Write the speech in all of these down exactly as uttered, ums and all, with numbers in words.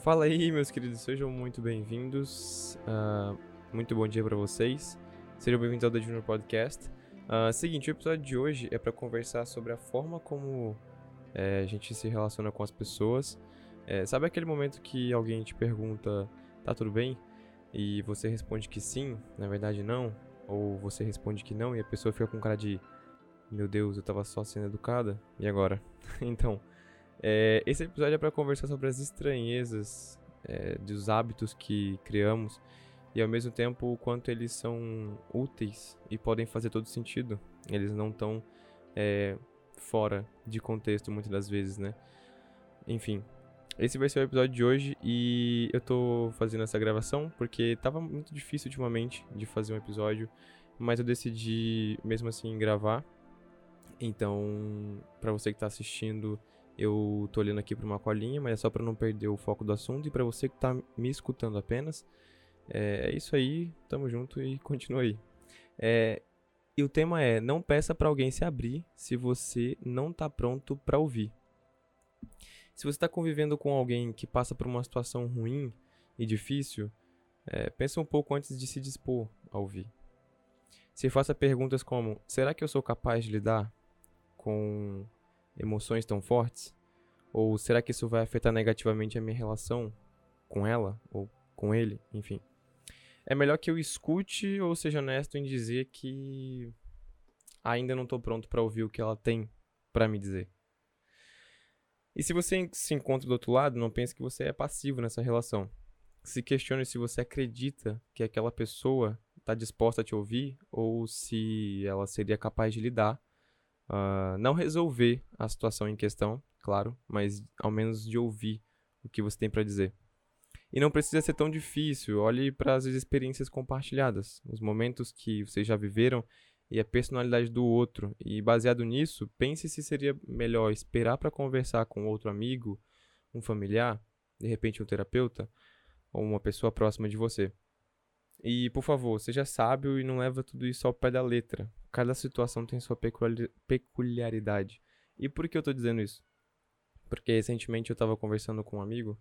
Fala aí, meus queridos, sejam muito bem-vindos. Ah, muito bom dia pra vocês. Sejam bem-vindos ao The Junior Podcast. Ah, seguinte, o episódio de hoje é pra conversar sobre a forma como é, a gente se relaciona com as pessoas. É, sabe aquele momento que alguém te pergunta, tá tudo bem? E você responde que sim, na verdade não? Ou você responde que não e a pessoa fica com cara de, meu Deus, eu tava só sendo educada, e agora? Então, é, esse episódio é pra conversar sobre as estranhezas é, dos hábitos que criamos e ao mesmo tempo o quanto eles são úteis e podem fazer todo sentido. Eles não estão é, fora de contexto muitas das vezes, né? Enfim, esse vai ser o episódio de hoje e eu tô fazendo essa gravação porque tava muito difícil ultimamente de fazer um episódio, mas eu decidi mesmo assim gravar. Então, pra você que tá assistindo, eu tô olhando aqui pra uma colinha, mas é só pra não perder o foco do assunto. E pra você que tá me escutando apenas, é, é isso aí, tamo junto e continua aí. É, e o tema é, não peça pra alguém se abrir se você não tá pronto pra ouvir. Se você tá convivendo com alguém que passa por uma situação ruim e difícil, é, pensa um pouco antes de se dispor a ouvir. Se faça perguntas como, será que eu sou capaz de lidar com emoções tão fortes? Ou será que isso vai afetar negativamente a minha relação com ela ou com ele? Enfim. É melhor que eu escute ou seja honesto em dizer que ainda não tô pronto pra ouvir o que ela tem pra me dizer. E se você se encontra do outro lado, não pense que você é passivo nessa relação. Se questione se você acredita que aquela pessoa está disposta a te ouvir ou se ela seria capaz de lidar. Uh, não resolver a situação em questão, claro, mas ao menos de ouvir o que você tem pra dizer. E não precisa ser tão difícil, olhe para as experiências compartilhadas, os momentos que vocês já viveram e a personalidade do outro. E baseado nisso, pense se seria melhor esperar para conversar com outro amigo, um familiar, de repente um terapeuta ou uma pessoa próxima de você. E, por favor, seja sábio e não leva tudo isso ao pé da letra. Cada situação tem sua peculiaridade. E por que eu tô dizendo isso? Porque recentemente eu tava conversando com um amigo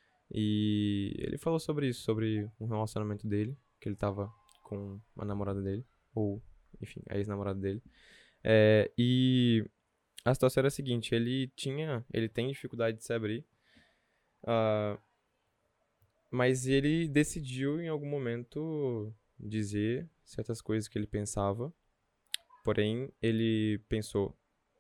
e ele falou sobre isso, sobre um relacionamento dele, que ele tava com a namorada dele, ou, enfim, a ex-namorada dele. É, e a situação era a seguinte, ele tinha, ele tem dificuldade de se abrir, uh, mas ele decidiu em algum momento dizer certas coisas que ele pensava. Porém, ele pensou,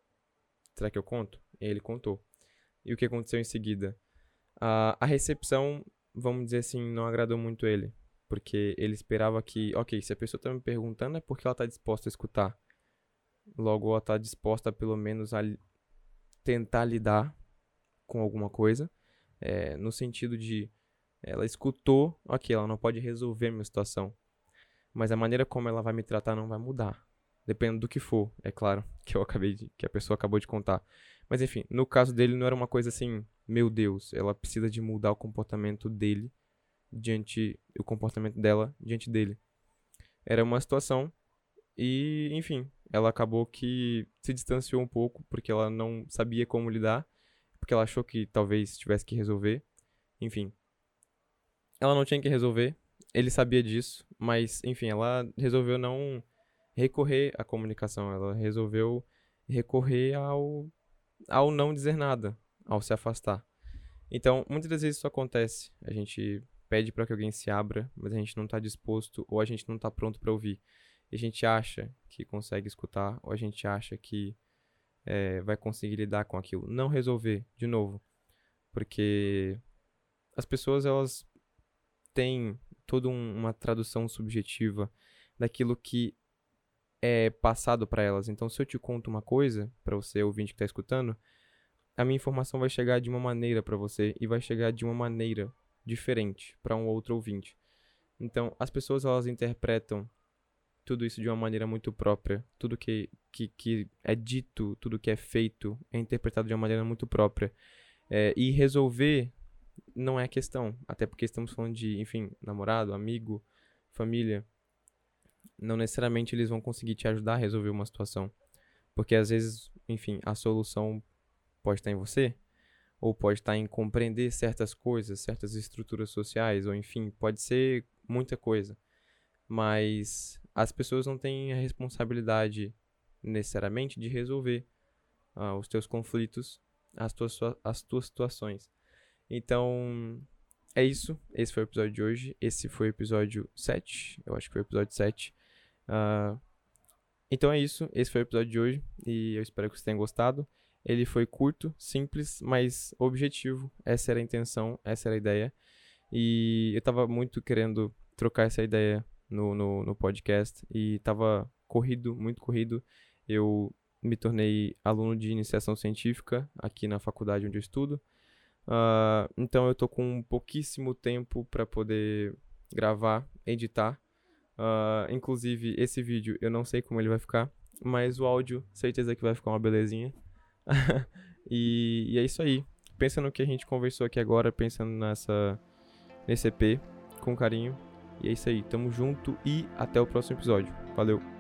será que eu conto? E ele contou. E o que aconteceu em seguida? A, a recepção, vamos dizer assim, não agradou muito ele. Porque ele esperava que, ok, se a pessoa tá me perguntando é porque ela tá disposta a escutar. Logo, ela tá disposta a pelo menos a tentar lidar com alguma coisa. É, no sentido de, ela escutou, ok, ela não pode resolver a minha situação. Mas a maneira como ela vai me tratar não vai mudar. Dependendo do que for, é claro, que eu acabei de, que a pessoa acabou de contar. Mas enfim, no caso dele não era uma coisa assim, meu Deus, ela precisa de mudar o comportamento dele diante, o comportamento dela diante dele. Era uma situação e, enfim, ela acabou que se distanciou um pouco porque ela não sabia como lidar, porque ela achou que talvez tivesse que resolver. Enfim, ela não tinha que resolver, ele sabia disso, mas enfim, ela resolveu não recorrer à comunicação, ela resolveu recorrer ao, ao não dizer nada, ao se afastar. Então, muitas das vezes isso acontece, a gente pede para que alguém se abra, mas a gente não está disposto ou a gente não está pronto para ouvir. E a gente acha que consegue escutar ou a gente acha que é, vai conseguir lidar com aquilo. Não resolver, de novo, porque as pessoas elas têm toda um, uma tradução subjetiva daquilo que é passado para elas. Então, se eu te conto uma coisa, para você ouvinte que está escutando, a minha informação vai chegar de uma maneira para você e vai chegar de uma maneira diferente para um outro ouvinte. Então, as pessoas elas interpretam tudo isso de uma maneira muito própria. Tudo que, que, que é dito, tudo que é feito é interpretado de uma maneira muito própria. É, e resolver não é questão, até porque estamos falando de, enfim, namorado, amigo, família. Não necessariamente eles vão conseguir te ajudar a resolver uma situação. Porque às vezes, enfim, a solução pode estar em você, ou pode estar em compreender certas coisas, certas estruturas sociais, ou enfim, pode ser muita coisa. Mas as pessoas não têm a responsabilidade necessariamente de resolver uh, os teus conflitos, as tuas, as tuas situações. Então, é isso. Esse foi o episódio de hoje. Esse foi o episódio sete. Eu acho que foi o episódio sete. Uh, então é isso. Esse foi o episódio de hoje. E eu espero que vocês tenham gostado. Ele foi curto, simples, mas objetivo. Essa era a intenção, essa era a ideia. E eu tava muito querendo trocar essa ideia no, no, no podcast. E tava corrido, muito corrido. Eu me tornei aluno de iniciação científica aqui na faculdade onde eu estudo. Uh, então eu tô com pouquíssimo tempo para poder gravar, editar. Uh, inclusive esse vídeo eu não sei como ele vai ficar, mas o áudio certeza que vai ficar uma belezinha. e, e é isso aí. Pensa no que a gente conversou aqui agora, pensando nessa, nesse E P com carinho. E é isso aí, tamo junto e até o próximo episódio. Valeu!